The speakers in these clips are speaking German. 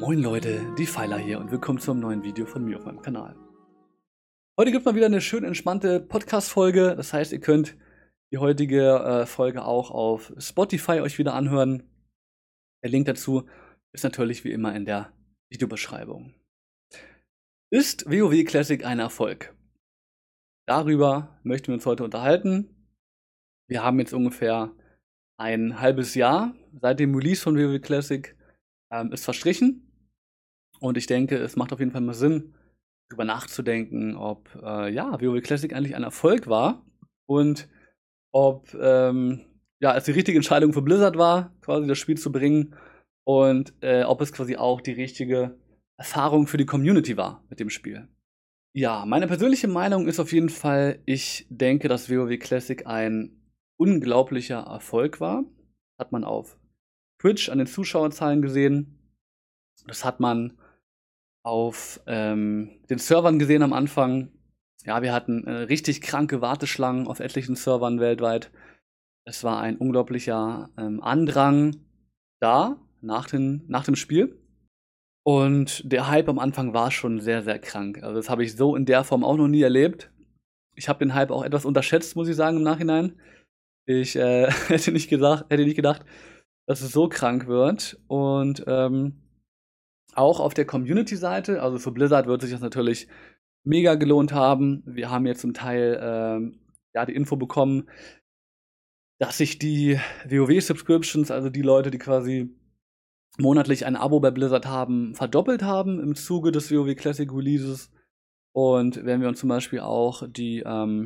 Moin Leute, die Pfeiler hier und willkommen zum neuen Video von mir auf meinem Kanal. Heute gibt es mal wieder eine schön entspannte Podcast-Folge. Das heißt, ihr könnt die heutige Folge auch auf Spotify euch wieder anhören. Der Link dazu ist natürlich wie immer in der Videobeschreibung. Ist WoW Classic ein Erfolg? Darüber möchten wir uns heute unterhalten. Wir haben jetzt ungefähr ein halbes Jahr seit dem Release von WoW Classic ist verstrichen. Und ich denke, es macht auf jeden Fall mal Sinn, darüber nachzudenken, ob WoW Classic eigentlich ein Erfolg war und ob es die richtige Entscheidung für Blizzard war, quasi das Spiel zu bringen und ob es quasi auch die richtige Erfahrung für die Community war mit dem Spiel. Ja, meine persönliche Meinung ist auf jeden Fall, ich denke, dass WoW Classic ein unglaublicher Erfolg war. Das hat man auf Twitch an den Zuschauerzahlen gesehen. Das hat man auf den Servern gesehen am Anfang. Ja, wir hatten richtig kranke Warteschlangen auf etlichen Servern weltweit. Es war ein unglaublicher Andrang da nach dem Spiel. Und der Hype am Anfang war schon sehr, sehr krank. Also das habe ich so in der Form auch noch nie erlebt. Ich habe den Hype auch etwas unterschätzt, muss ich sagen, im Nachhinein. Ich hätte nicht gedacht, dass es so krank wird. Und auch auf der Community-Seite, also für Blizzard wird sich das natürlich mega gelohnt haben. Wir haben jetzt zum Teil die Info bekommen, dass sich die WoW-Subscriptions, also die Leute, die quasi monatlich ein Abo bei Blizzard haben, verdoppelt haben im Zuge des WoW Classic Releases. Und wenn wir uns zum Beispiel auch die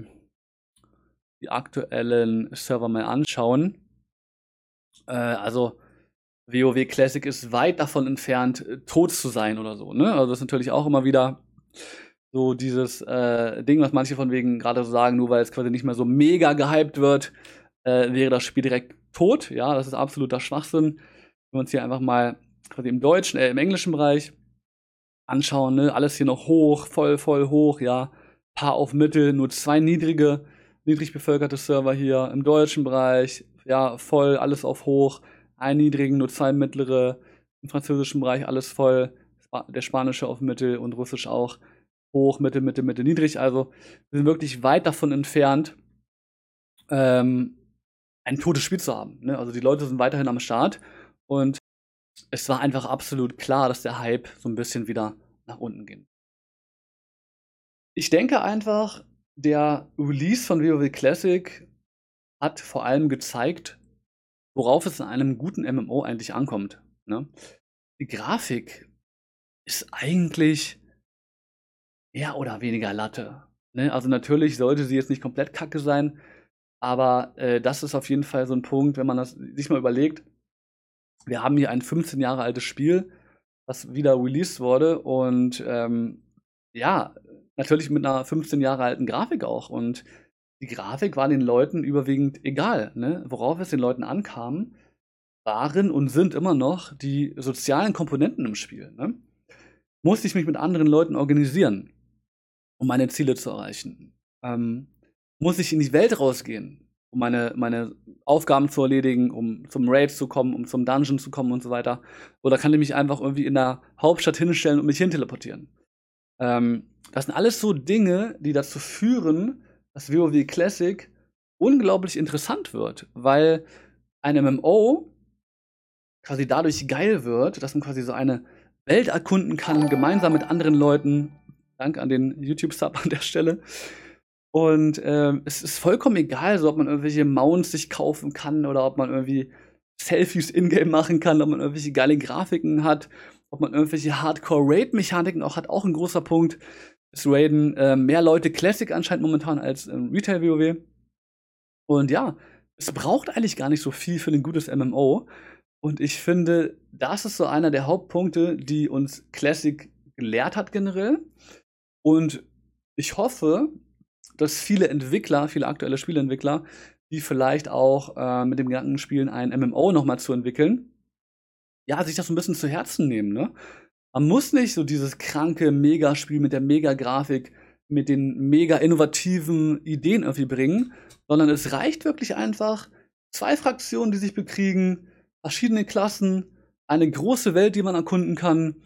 aktuellen Server mal anschauen, also WoW Classic ist weit davon entfernt, tot zu sein oder so, ne? Also das ist natürlich auch immer wieder so dieses Ding, was manche von wegen gerade so sagen, nur weil es quasi nicht mehr so mega gehypt wird, wäre das Spiel direkt tot. Ja, das ist absoluter Schwachsinn. Wenn wir uns hier einfach mal quasi im englischen Bereich anschauen, ne? Alles hier noch hoch, voll hoch, ja. Paar auf Mittel, nur 2 niedrig bevölkerte Server hier. Im deutschen Bereich, ja, voll, alles auf hoch. Einen niedrigen, nur 2 mittlere. Im französischen Bereich alles voll. Der spanische auf Mittel und russisch auch hoch, Mitte, niedrig. Also wir sind wirklich weit davon entfernt, ein totes Spiel zu haben. Ne? Also die Leute sind weiterhin am Start. Und es war einfach absolut klar, dass der Hype so ein bisschen wieder nach unten ging. Ich denke einfach, der Release von WoW Classic hat vor allem gezeigt, worauf es in einem guten MMO eigentlich ankommt. Ne? Die Grafik ist eigentlich mehr oder weniger Latte. Ne? Also natürlich sollte sie jetzt nicht komplett kacke sein, aber das ist auf jeden Fall so ein Punkt, wenn man das sich mal überlegt. Wir haben hier ein 15 Jahre altes Spiel, was wieder released wurde und natürlich mit einer 15 Jahre alten Grafik auch. Und die Grafik war den Leuten überwiegend egal. Ne? Worauf es den Leuten ankam, waren und sind immer noch die sozialen Komponenten im Spiel. Ne? Musste ich mich mit anderen Leuten organisieren, um meine Ziele zu erreichen? Muss ich in die Welt rausgehen, um meine Aufgaben zu erledigen, um zum Raid zu kommen, um zum Dungeon zu kommen und so weiter? Oder kann ich mich einfach irgendwie in der Hauptstadt hinstellen und mich hinteleportieren? Das sind alles so Dinge, die dazu führen, dass WoW Classic unglaublich interessant wird, weil ein MMO quasi dadurch geil wird, dass man quasi so eine Welt erkunden kann, gemeinsam mit anderen Leuten. Danke an den YouTube-Sub an der Stelle. Und es ist vollkommen egal, so ob man irgendwelche Mounts sich kaufen kann oder ob man irgendwie Selfies in-game machen kann, ob man irgendwelche geile Grafiken hat, ob man irgendwelche Hardcore-Raid-Mechaniken auch hat, auch ein großer Punkt. Es raiden mehr Leute Classic anscheinend momentan als Retail-WoW. Und ja, es braucht eigentlich gar nicht so viel für ein gutes MMO. Und ich finde, das ist so einer der Hauptpunkte, die uns Classic gelehrt hat generell. Und ich hoffe, dass viele aktuelle Spieleentwickler, die vielleicht auch mit dem Gedanken spielen, ein MMO nochmal zu entwickeln, ja, sich das so ein bisschen zu Herzen nehmen, ne? Man muss nicht so dieses kranke Megaspiel mit der Mega-Grafik, mit den mega innovativen Ideen irgendwie bringen, sondern es reicht wirklich einfach 2 Fraktionen, die sich bekriegen, verschiedene Klassen, eine große Welt, die man erkunden kann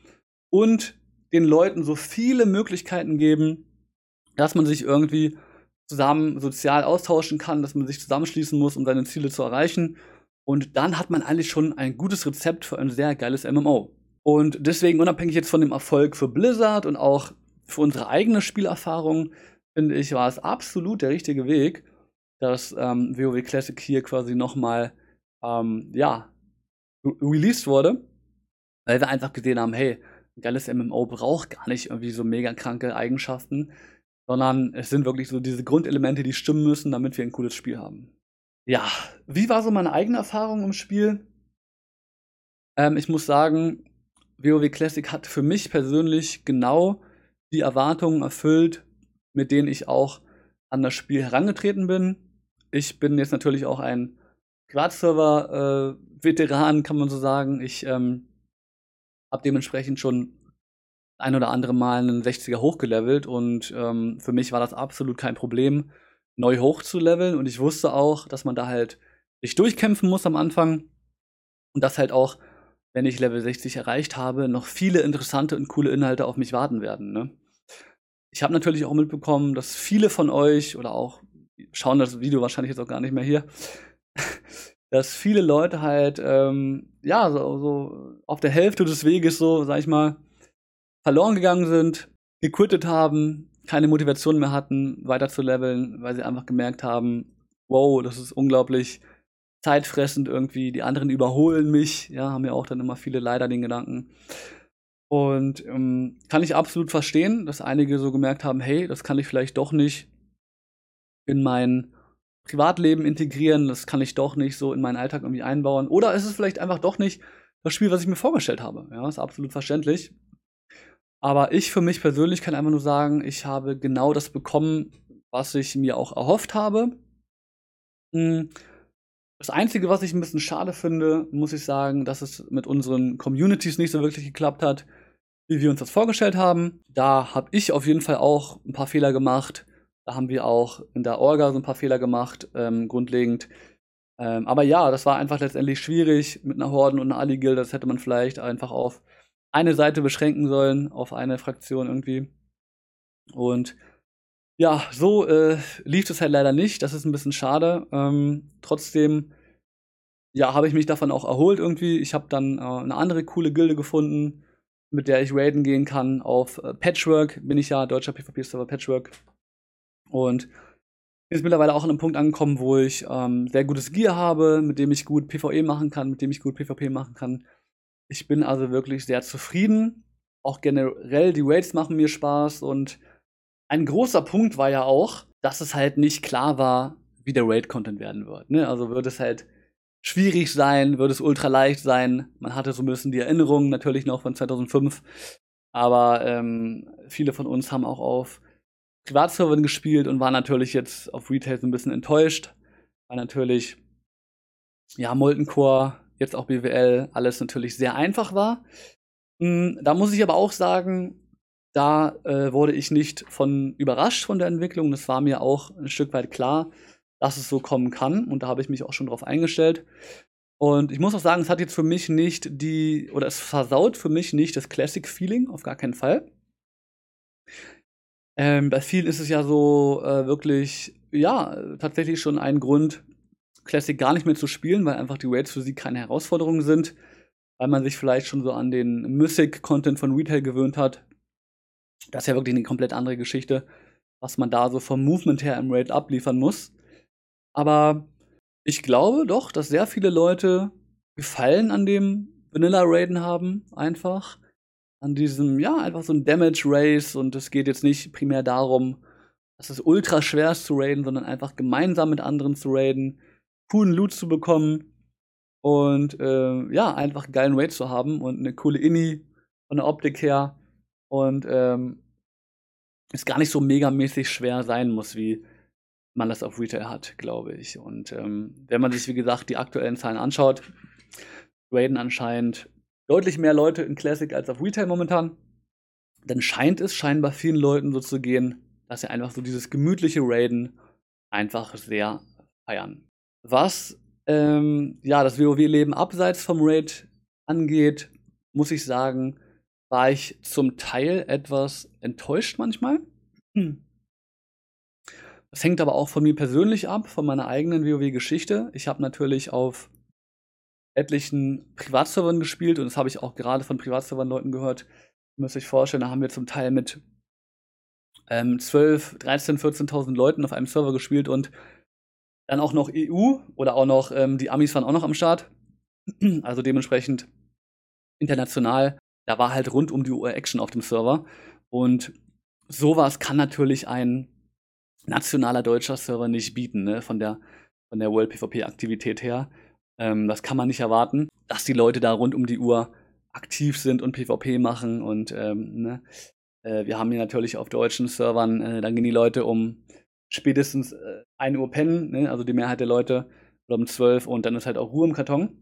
und den Leuten so viele Möglichkeiten geben, dass man sich irgendwie zusammen sozial austauschen kann, dass man sich zusammenschließen muss, um seine Ziele zu erreichen. Und dann hat man eigentlich schon ein gutes Rezept für ein sehr geiles MMO. Und deswegen, unabhängig jetzt von dem Erfolg für Blizzard und auch für unsere eigene Spielerfahrung, finde ich, war es absolut der richtige Weg, dass WoW Classic hier quasi nochmal released wurde, weil wir einfach gesehen haben, hey, ein geiles MMO braucht gar nicht irgendwie so mega kranke Eigenschaften, sondern es sind wirklich so diese Grundelemente, die stimmen müssen, damit wir ein cooles Spiel haben. Ja, wie war so meine eigene Erfahrung im Spiel? Ich muss sagen, WoW Classic hat für mich persönlich genau die Erwartungen erfüllt, mit denen ich auch an das Spiel herangetreten bin. Ich bin jetzt natürlich auch ein Privatserver-Veteran, kann man so sagen. Ich habe dementsprechend schon ein oder andere Mal einen 60er hochgelevelt und für mich war das absolut kein Problem, neu hochzuleveln. Und ich wusste auch, dass man da halt sich durchkämpfen muss am Anfang und dass halt auch, wenn ich Level 60 erreicht habe, noch viele interessante und coole Inhalte auf mich warten werden. Ne? Ich habe natürlich auch mitbekommen, dass viele von euch oder auch schauen das Video wahrscheinlich jetzt auch gar nicht mehr hier, dass viele Leute halt so auf der Hälfte des Weges so, sag ich mal, verloren gegangen sind, gequittet haben, keine Motivation mehr hatten, weiter zu leveln, weil sie einfach gemerkt haben, wow, das ist unglaublich zeitfressend irgendwie, die anderen überholen mich, ja, haben ja auch dann immer viele leider den Gedanken. Und kann ich absolut verstehen, dass einige so gemerkt haben, hey, das kann ich vielleicht doch nicht in mein Privatleben integrieren, das kann ich doch nicht so in meinen Alltag irgendwie einbauen. Oder ist es vielleicht einfach doch nicht das Spiel, was ich mir vorgestellt habe. Ja, ist absolut verständlich. Aber ich für mich persönlich kann einfach nur sagen, ich habe genau das bekommen, was ich mir auch erhofft habe. Das Einzige, was ich ein bisschen schade finde, muss ich sagen, dass es mit unseren Communities nicht so wirklich geklappt hat, wie wir uns das vorgestellt haben. Da habe ich auf jeden Fall auch ein paar Fehler gemacht. Da haben wir auch in der Orga so ein paar Fehler gemacht, grundlegend. Aber ja, das war einfach letztendlich schwierig mit einer Horden und einer Ali-Gilde. Das hätte man vielleicht einfach auf eine Seite beschränken sollen, auf eine Fraktion irgendwie. Und ja, so lief es halt leider nicht. Das ist ein bisschen schade. Trotzdem, ja, habe ich mich davon auch erholt irgendwie. Ich habe dann eine andere coole Gilde gefunden, mit der ich raiden gehen kann. Auf Patchwork bin ich ja, deutscher PvP-Server Patchwork. Und bin jetzt mittlerweile auch an einem Punkt angekommen, wo ich sehr gutes Gear habe, mit dem ich gut PvE machen kann, mit dem ich gut PvP machen kann. Ich bin also wirklich sehr zufrieden. Auch generell, die Raids machen mir Spaß. Und ein großer Punkt war ja auch, dass es halt nicht klar war, wie der Raid-Content werden wird. Ne? Also wird es halt schwierig sein, wird es ultra leicht sein. Man hatte so ein bisschen die Erinnerungen natürlich noch von 2005. Aber viele von uns haben auch auf Privatservern gespielt und waren natürlich jetzt auf Retail so ein bisschen enttäuscht. Weil natürlich, ja, Molten Core, jetzt auch BWL, alles natürlich sehr einfach war. Da muss ich aber auch sagen, da wurde ich nicht von überrascht von der Entwicklung. Das war mir auch ein Stück weit klar, dass es so kommen kann. Und da habe ich mich auch schon drauf eingestellt. Und ich muss auch sagen, es hat jetzt für mich nicht oder es versaut für mich nicht das Classic-Feeling, auf gar keinen Fall. Bei vielen ist es ja so wirklich, ja, tatsächlich schon ein Grund, Classic gar nicht mehr zu spielen, weil einfach die Raids für sie keine Herausforderung sind, weil man sich vielleicht schon so an den Mythic-Content von Retail gewöhnt hat. Das ist ja wirklich eine komplett andere Geschichte, was man da so vom Movement her im Raid abliefern muss. Aber ich glaube doch, dass sehr viele Leute Gefallen an dem Vanilla-Raiden haben, einfach. An diesem, ja, einfach so ein Damage-Race. Und es geht jetzt nicht primär darum, dass es ultra schwer ist zu raiden, sondern einfach gemeinsam mit anderen zu raiden, coolen Loot zu bekommen und ja, einfach einen geilen Raid zu haben und eine coole Inni von der Optik her. Und es gar nicht so megamäßig schwer sein muss, wie man das auf Retail hat, glaube ich. Und wenn man sich, wie gesagt, die aktuellen Zahlen anschaut, raiden anscheinend deutlich mehr Leute in Classic als auf Retail momentan. Dann scheint es scheinbar vielen Leuten so zu gehen, dass sie einfach so dieses gemütliche Raiden einfach sehr feiern. Was ja, das WoW-Leben abseits vom Raid angeht, muss ich sagen, war ich zum Teil etwas enttäuscht manchmal. Das hängt aber auch von mir persönlich ab, von meiner eigenen WoW-Geschichte. Ich habe natürlich auf etlichen Privatservern gespielt und das habe ich auch gerade von Privatservern-Leuten gehört. Ihr müsst euch vorstellen, da haben wir zum Teil mit 12, 13, 14.000 Leuten auf einem Server gespielt und dann auch noch EU oder auch noch die Amis waren auch noch am Start. Also dementsprechend international. Da war halt rund um die Uhr Action auf dem Server. Und sowas kann natürlich ein nationaler deutscher Server nicht bieten, ne? Von der World PvP-Aktivität her. Das kann man nicht erwarten, dass die Leute da rund um die Uhr aktiv sind und PvP machen. Und ne? Wir haben hier natürlich auf deutschen Servern, dann gehen die Leute um spätestens 1 Uhr pennen, ne? Also die Mehrheit der Leute, oder um 12 und dann ist halt auch Ruhe im Karton.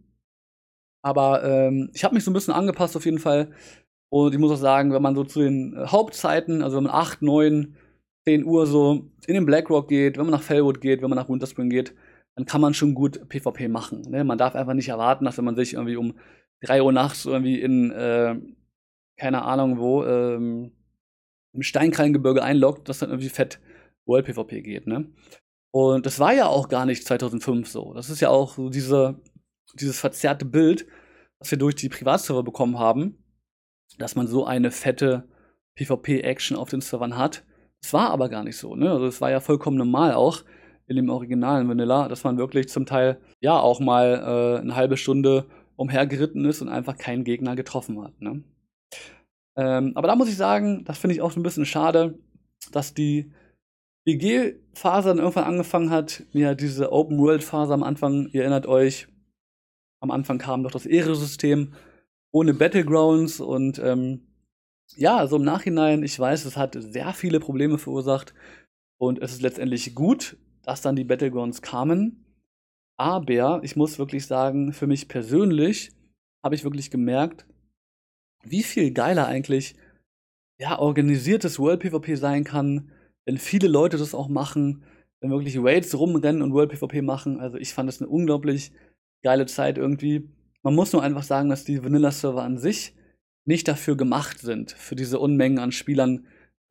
Aber ich habe mich so ein bisschen angepasst auf jeden Fall. Und ich muss auch sagen, wenn man so zu den Hauptzeiten, also wenn man 8, 9, 10 Uhr so in den Blackrock geht, wenn man nach Felwood geht, wenn man nach Winterspring geht, dann kann man schon gut PvP machen. Ne? Man darf einfach nicht erwarten, dass wenn man sich irgendwie um 3 Uhr nachts irgendwie in, keine Ahnung wo, im Steinkrallengebirge einloggt, dass dann irgendwie fett World PvP geht. Ne? Und das war ja auch gar nicht 2005 so. Das ist ja auch so dieses verzerrte Bild, was wir durch die Privatserver bekommen haben, dass man so eine fette PvP-Action auf den Servern hat. Das war aber gar nicht so, ne? Also es war ja vollkommen normal auch in dem originalen Vanilla, dass man wirklich zum Teil ja auch mal eine halbe Stunde umhergeritten ist und einfach keinen Gegner getroffen hat, ne? Aber da muss ich sagen, das finde ich auch so ein bisschen schade, dass die BG-Phase dann irgendwann angefangen hat, ja, diese Open-World-Phase am Anfang, ihr erinnert euch, am Anfang kam doch das Ehre-System ohne Battlegrounds und ja, also im Nachhinein, ich weiß, es hat sehr viele Probleme verursacht und es ist letztendlich gut, dass dann die Battlegrounds kamen. Aber ich muss wirklich sagen, für mich persönlich habe ich wirklich gemerkt, wie viel geiler eigentlich ja, organisiertes World PvP sein kann, wenn viele Leute das auch machen, wenn wirklich Raids rumrennen und World PvP machen. Also ich fand das eine unglaublich geile Zeit irgendwie. Man muss nur einfach sagen, dass die Vanilla-Server an sich nicht dafür gemacht sind, für diese Unmengen an Spielern,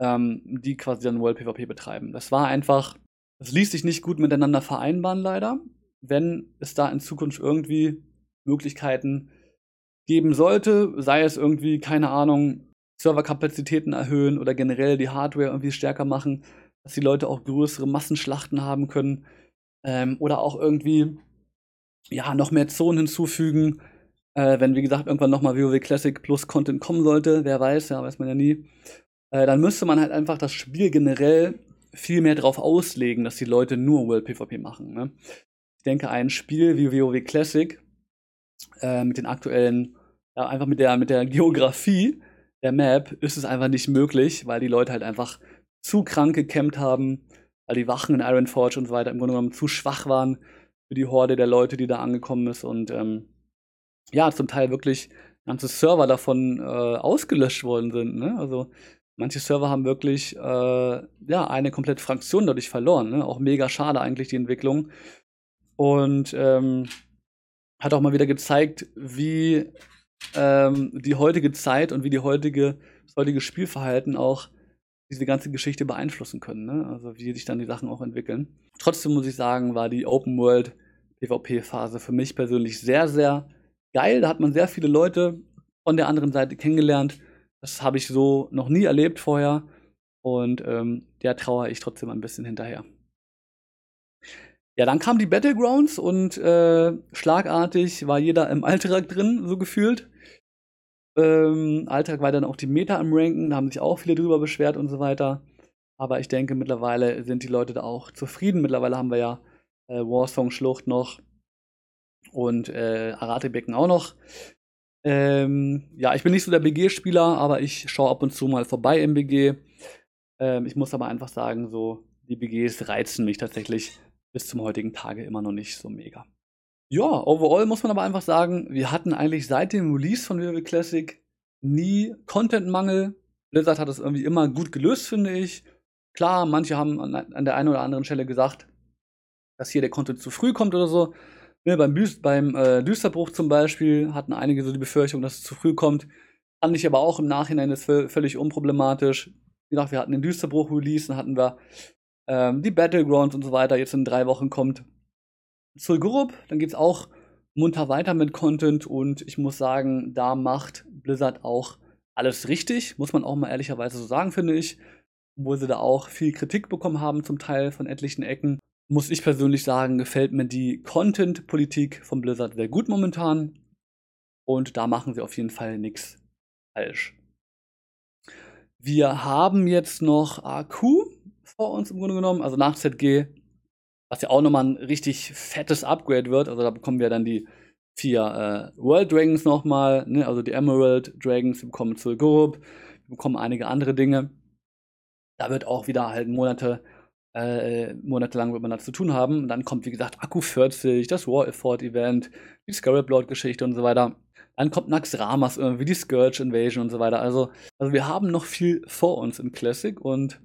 die quasi dann World PvP betreiben. Das war einfach, das ließ sich nicht gut miteinander vereinbaren, leider. Wenn es da in Zukunft irgendwie Möglichkeiten geben sollte, sei es irgendwie, keine Ahnung, Serverkapazitäten erhöhen oder generell die Hardware irgendwie stärker machen, dass die Leute auch größere Massenschlachten haben können, oder auch irgendwie ja, noch mehr Zonen hinzufügen, wenn, wie gesagt, irgendwann noch mal WoW Classic plus Content kommen sollte, wer weiß, ja, weiß man ja nie, dann müsste man halt einfach das Spiel generell viel mehr drauf auslegen, dass die Leute nur World PvP machen, ne? Ich denke, ein Spiel wie WoW Classic, mit den aktuellen, ja, einfach mit der Geografie der Map ist es einfach nicht möglich, weil die Leute halt einfach zu krank gecampt haben, weil die Wachen in Ironforge und so weiter im Grunde genommen zu schwach waren für die Horde der Leute, die da angekommen ist und ja, zum Teil wirklich ganze Server davon ausgelöscht worden sind, ne? Also manche Server haben wirklich ja, eine komplette Fraktion dadurch verloren, ne? Auch mega schade eigentlich die Entwicklung. Und hat auch mal wieder gezeigt, wie die heutige Zeit und wie das heutige Spielverhalten auch diese ganze Geschichte beeinflussen können, ne? Also wie sich dann die Sachen auch entwickeln. Trotzdem muss ich sagen, war die Open World PvP-Phase für mich persönlich sehr, sehr geil. Da hat man sehr viele Leute von der anderen Seite kennengelernt. Das habe ich so noch nie erlebt vorher. Und der trauere ich trotzdem ein bisschen hinterher. Ja, dann kamen die Battlegrounds und schlagartig war jeder im Alterak drin, so gefühlt. Alterak war dann auch die Meta am Ranken, da haben sich auch viele drüber beschwert und so weiter. Aber ich denke, mittlerweile sind die Leute da auch zufrieden. Mittlerweile haben wir ja Warsong-Schlucht noch und Aratebecken auch noch. Ja, ich bin nicht so der BG-Spieler, aber ich schaue ab und zu mal vorbei im BG. Ich muss aber einfach sagen, so die BGs reizen mich tatsächlich bis zum heutigen Tage immer noch nicht so mega. Ja, overall muss man aber einfach sagen, wir hatten eigentlich seit dem Release von WoW Classic nie Contentmangel. Blizzard hat es irgendwie immer gut gelöst, finde ich. Klar, manche haben an der einen oder anderen Stelle gesagt, dass hier der Content zu früh kommt oder so. Ne, beim Düsterbruch zum Beispiel hatten einige so die Befürchtung, dass es zu früh kommt. Fand ich aber auch im Nachhinein ist völlig unproblematisch. Wie gesagt, wir hatten den Düsterbruch-Release, dann hatten wir die Battlegrounds und so weiter. Jetzt in 3 Wochen kommt Zul'Gurub, dann geht's auch munter weiter mit Content und ich muss sagen, da macht Blizzard auch alles richtig, muss man auch mal ehrlicherweise so sagen, finde ich. Obwohl sie da auch viel Kritik bekommen haben, zum Teil von etlichen Ecken. Muss ich persönlich sagen, gefällt mir die Content-Politik von Blizzard sehr gut momentan. Und da machen sie auf jeden Fall nichts falsch. Wir haben jetzt noch AQ vor uns im Grunde genommen, also nach ZG, was ja auch nochmal ein richtig fettes Upgrade wird. Also da bekommen wir dann die 4 World Dragons nochmal, ne? Also die Emerald Dragons, wir bekommen Zul'Gurub, wir bekommen einige andere Dinge. Da wird auch wieder halt monatelang wird man da zu tun haben. Und dann kommt, wie gesagt, Akku 40, das War Effort Event, die Scarab-Lord-Geschichte und so weiter. Dann kommt Naxxramas irgendwie, die Scourge Invasion und so weiter. Also wir haben noch viel vor uns im Classic und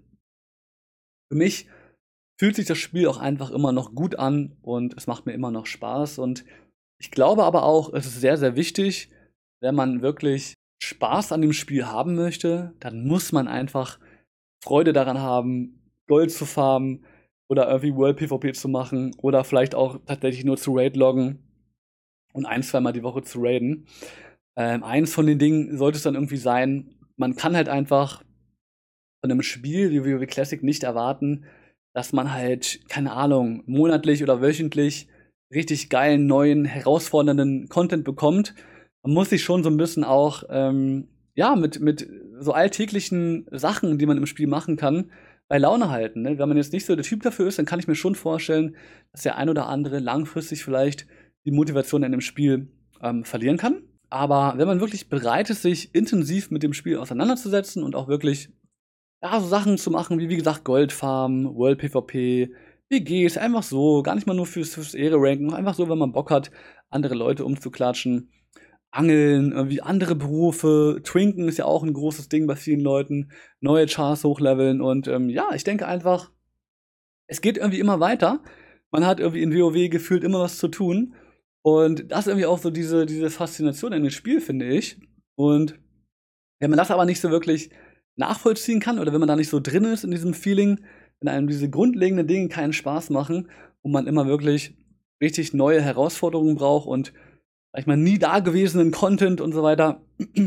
für mich fühlt sich das Spiel auch einfach immer noch gut an und es macht mir immer noch Spaß. Und ich glaube aber auch, es ist sehr, sehr wichtig, wenn man wirklich Spaß an dem Spiel haben möchte, dann muss man einfach Freude daran haben, Gold zu farmen oder irgendwie World PvP zu machen oder vielleicht auch tatsächlich nur zu Raid loggen und 1-2 Mal die Woche zu raiden. Eins von den Dingen sollte es dann irgendwie sein, man kann halt einfach von einem Spiel wie WoW Classic nicht erwarten, dass man halt, keine Ahnung, monatlich oder wöchentlich richtig geilen, neuen, herausfordernden Content bekommt. Man muss sich schon so ein bisschen auch, ja, mit so alltäglichen Sachen, die man im Spiel machen kann, bei Laune halten. Ne? Wenn man jetzt nicht so der Typ dafür ist, dann kann ich mir schon vorstellen, dass der ein oder andere langfristig vielleicht die Motivation in dem Spiel verlieren kann. Aber wenn man wirklich bereit ist, sich intensiv mit dem Spiel auseinanderzusetzen und auch wirklich ja, so Sachen zu machen, wie gesagt, Goldfarm, World PvP, WGs, einfach so, gar nicht mal nur fürs Ehre-Ranken, einfach so, wenn man Bock hat, andere Leute umzuklatschen. Angeln, irgendwie andere Berufe, Trinken ist ja auch ein großes Ding bei vielen Leuten, neue Chars hochleveln und ja, ich denke einfach, es geht irgendwie immer weiter. Man hat irgendwie in WoW gefühlt immer was zu tun und das ist irgendwie auch so diese Faszination in dem Spiel, finde ich. Und wenn man das aber nicht so wirklich nachvollziehen kann oder wenn man da nicht so drin ist in diesem Feeling, wenn einem diese grundlegenden Dinge keinen Spaß machen und man immer wirklich richtig neue Herausforderungen braucht und sag ich mal, nie dagewesenen Content und so weiter,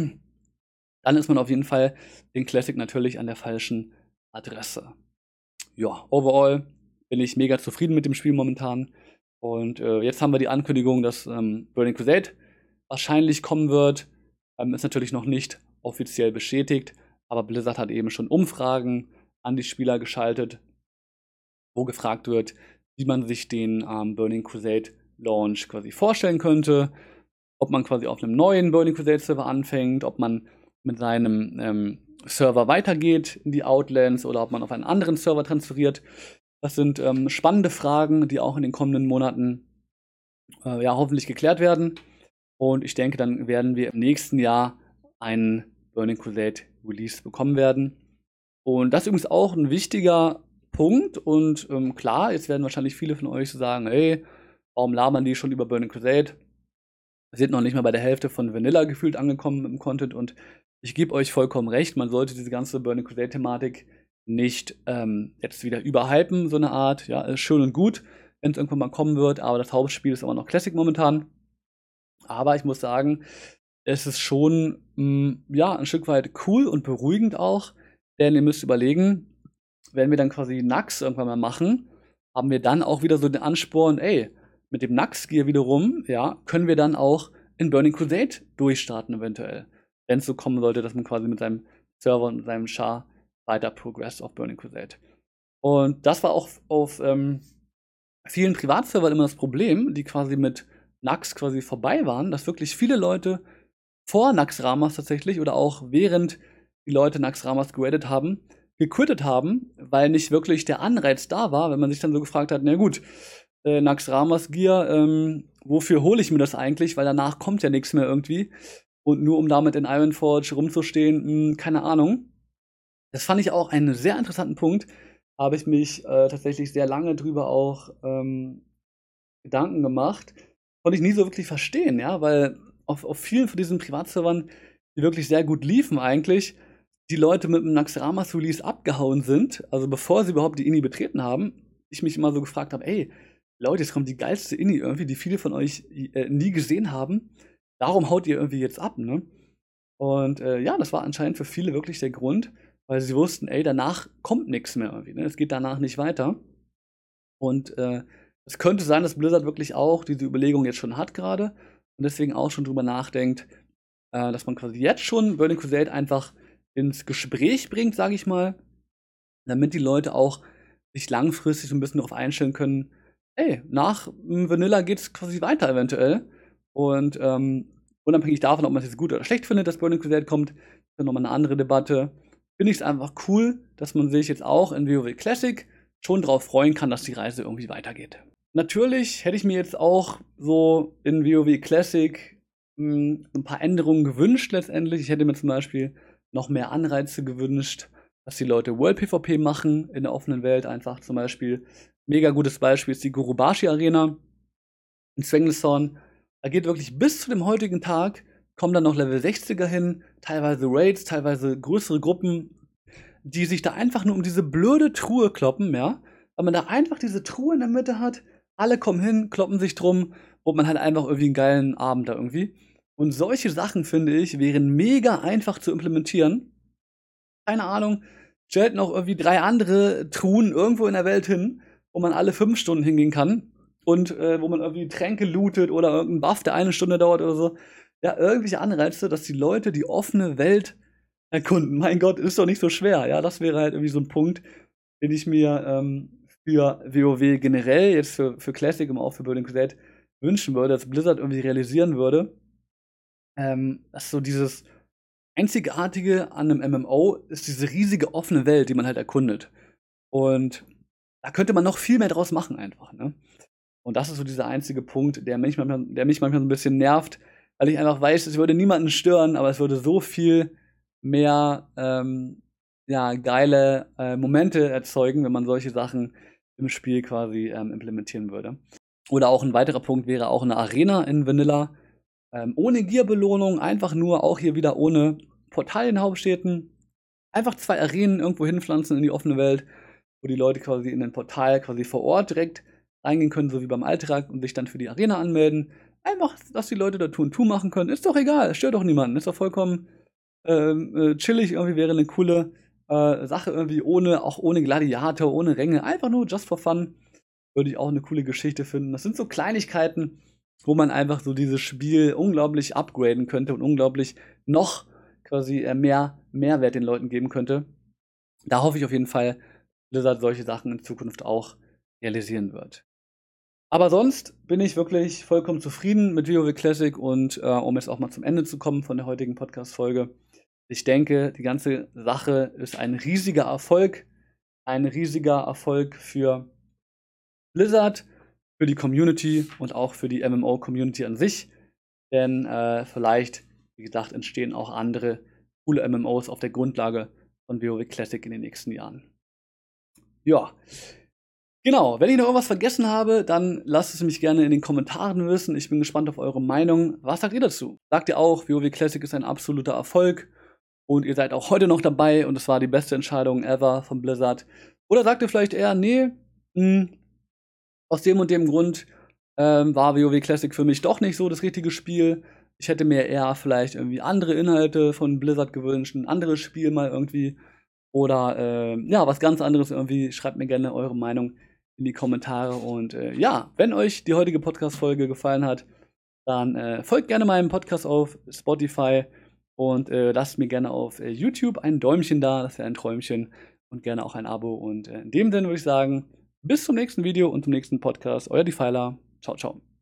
dann ist man auf jeden Fall in Classic natürlich an der falschen Adresse. Ja, overall bin ich mega zufrieden mit dem Spiel momentan. Und jetzt haben wir die Ankündigung, dass Burning Crusade wahrscheinlich kommen wird. Ist natürlich noch nicht offiziell bestätigt, aber Blizzard hat eben schon Umfragen an die Spieler geschaltet, wo gefragt wird, wie man sich den Burning Crusade Launch quasi vorstellen könnte, ob man quasi auf einem neuen Burning Crusade Server anfängt, ob man mit seinem Server weitergeht in die Outlands oder ob man auf einen anderen Server transferiert. Das sind spannende Fragen, die auch in den kommenden Monaten ja hoffentlich geklärt werden. Und ich denke, dann werden wir im nächsten Jahr einen Burning Crusade Release bekommen werden. Und das ist übrigens auch ein wichtiger Punkt. Und klar, jetzt werden wahrscheinlich viele von euch sagen, hey, warum labern die schon über Burning Crusade? Wir sind noch nicht mal bei der Hälfte von Vanilla gefühlt angekommen im Content und ich gebe euch vollkommen recht, man sollte diese ganze Burning Crusade-Thematik nicht jetzt wieder überhypen, so eine Art. Ja, ist schön und gut, wenn es irgendwann mal kommen wird, aber das Hauptspiel ist immer noch Classic momentan. Aber ich muss sagen, es ist schon ja, ein Stück weit cool und beruhigend auch, denn ihr müsst überlegen, wenn wir dann quasi Nax irgendwann mal machen, haben wir dann auch wieder so den Ansporn, ey, mit dem Nax-Gear wiederum, ja, können wir dann auch in Burning Crusade durchstarten eventuell. Wenn es so kommen sollte, dass man quasi mit seinem Server und seinem Char weiter progresst auf Burning Crusade. Und das war auch auf vielen Privatservern immer das Problem, die quasi mit Nax quasi vorbei waren, dass wirklich viele Leute vor Naxxramas tatsächlich oder auch während die Leute Naxxramas geradet haben, gequittet haben, weil nicht wirklich der Anreiz da war, wenn man sich dann so gefragt hat, na gut, Naxxramas Gear, wofür hole ich mir das eigentlich? Weil danach kommt ja nichts mehr irgendwie. Und nur um damit in Ironforge rumzustehen, keine Ahnung. Das fand ich auch einen sehr interessanten Punkt. Habe ich mich tatsächlich sehr lange drüber auch Gedanken gemacht. Konnte ich nie so wirklich verstehen, ja, weil auf vielen von diesen Privatservern die wirklich sehr gut liefen eigentlich, die Leute mit dem Naxxramas Release abgehauen sind, also bevor sie überhaupt die INI betreten haben, ich mich immer so gefragt habe, ey, Leute, jetzt kommt die geilste INI irgendwie, die viele von euch nie gesehen haben. Darum haut ihr irgendwie jetzt ab, ne? Und ja, das war anscheinend für viele wirklich der Grund, weil sie wussten, ey, danach kommt nichts mehr irgendwie, ne? Es geht danach nicht weiter. Und es könnte sein, dass Blizzard wirklich auch diese Überlegung jetzt schon hat gerade und deswegen auch schon drüber nachdenkt, dass man quasi jetzt schon Burning Crusade einfach ins Gespräch bringt, sage ich mal, damit die Leute auch sich langfristig so ein bisschen darauf einstellen können, ey, nach Vanilla geht's quasi weiter eventuell. Und unabhängig davon, ob man es jetzt gut oder schlecht findet, dass Burning Crusade kommt, ist dann nochmal eine andere Debatte. Finde ich es einfach cool, dass man sich jetzt auch in WoW Classic schon darauf freuen kann, dass die Reise irgendwie weitergeht. Natürlich hätte ich mir jetzt auch so in WoW Classic ein paar Änderungen gewünscht letztendlich. Ich hätte mir zum Beispiel noch mehr Anreize gewünscht, dass die Leute World PvP machen in der offenen Welt einfach. Zum Beispiel, mega gutes Beispiel ist die Gurubashi Arena in Zwengelsthorn. Da geht wirklich bis zu dem heutigen Tag, kommen dann noch Level 60er hin, teilweise Raids, teilweise größere Gruppen, die sich da einfach nur um diese blöde Truhe kloppen, ja. Weil man da einfach diese Truhe in der Mitte hat, alle kommen hin, kloppen sich drum und man hat einfach irgendwie einen geilen Abend da irgendwie. Und solche Sachen, finde ich, wären mega einfach zu implementieren. Keine Ahnung, stellt noch irgendwie 3 andere Truhen irgendwo in der Welt hin, wo man alle 5 Stunden hingehen kann und wo man irgendwie Tränke lootet oder irgendeinen Buff, der 1 Stunde dauert oder so. Ja, irgendwelche Anreize, dass die Leute die offene Welt erkunden. Mein Gott, ist doch nicht so schwer. Ja, das wäre halt irgendwie so ein Punkt, den ich mir für WoW generell, jetzt für Classic und auch für Burning Crusade wünschen würde, dass Blizzard irgendwie realisieren würde. Dass so dieses Einzigartige an einem MMO ist diese riesige offene Welt, die man halt erkundet. Und da könnte man noch viel mehr draus machen einfach, ne? Und das ist so dieser einzige Punkt, der mich manchmal so ein bisschen nervt, weil ich einfach weiß, es würde niemanden stören, aber es würde so viel mehr ja, geile Momente erzeugen, wenn man solche Sachen im Spiel quasi implementieren würde. Oder auch ein weiterer Punkt wäre auch eine Arena in Vanilla, ohne Gear-Belohnung, einfach nur auch hier wieder ohne Portal in Hauptstädten. Einfach 2 Arenen irgendwo hinpflanzen in die offene Welt, wo die Leute quasi in den Portal quasi vor Ort direkt reingehen können, so wie beim Alltag und sich dann für die Arena anmelden. Einfach, dass die Leute da Tun machen können. Ist doch egal, stört doch niemanden. Ist doch vollkommen chillig, irgendwie wäre eine coole Sache irgendwie, auch ohne Gladiator, ohne Ränge. Einfach nur just for fun. Würde ich auch eine coole Geschichte finden. Das sind so Kleinigkeiten, wo man einfach so dieses Spiel unglaublich upgraden könnte und unglaublich noch quasi mehr Mehrwert den Leuten geben könnte. Da hoffe ich auf jeden Fall, Blizzard solche Sachen in Zukunft auch realisieren wird. Aber sonst bin ich wirklich vollkommen zufrieden mit WoW Classic und um jetzt auch mal zum Ende zu kommen von der heutigen Podcast-Folge. Ich denke, die ganze Sache ist ein riesiger Erfolg für Blizzard, für die Community und auch für die MMO-Community an sich. Denn vielleicht, wie gesagt, entstehen auch andere coole MMOs auf der Grundlage von WoW Classic in den nächsten Jahren. Ja, genau. Wenn ich noch irgendwas vergessen habe, dann lasst es mich gerne in den Kommentaren wissen. Ich bin gespannt auf eure Meinung. Was sagt ihr dazu? Sagt ihr auch, WoW Classic ist ein absoluter Erfolg und ihr seid auch heute noch dabei und es war die beste Entscheidung ever von Blizzard? Oder sagt ihr vielleicht eher, nee, aus dem und dem Grund war WoW Classic für mich doch nicht so das richtige Spiel. Ich hätte mir eher vielleicht irgendwie andere Inhalte von Blizzard gewünscht, ein anderes Spiel mal irgendwie. Oder ja, was ganz anderes irgendwie. Schreibt mir gerne eure Meinung in die Kommentare. Und ja, wenn euch die heutige Podcast-Folge gefallen hat, dann folgt gerne meinem Podcast auf Spotify und lasst mir gerne auf YouTube ein Däumchen da, das wäre ein Träumchen. Und gerne auch ein Abo. Und in dem Sinne würde ich sagen, bis zum nächsten Video und zum nächsten Podcast. Euer Defiler. Ciao, ciao.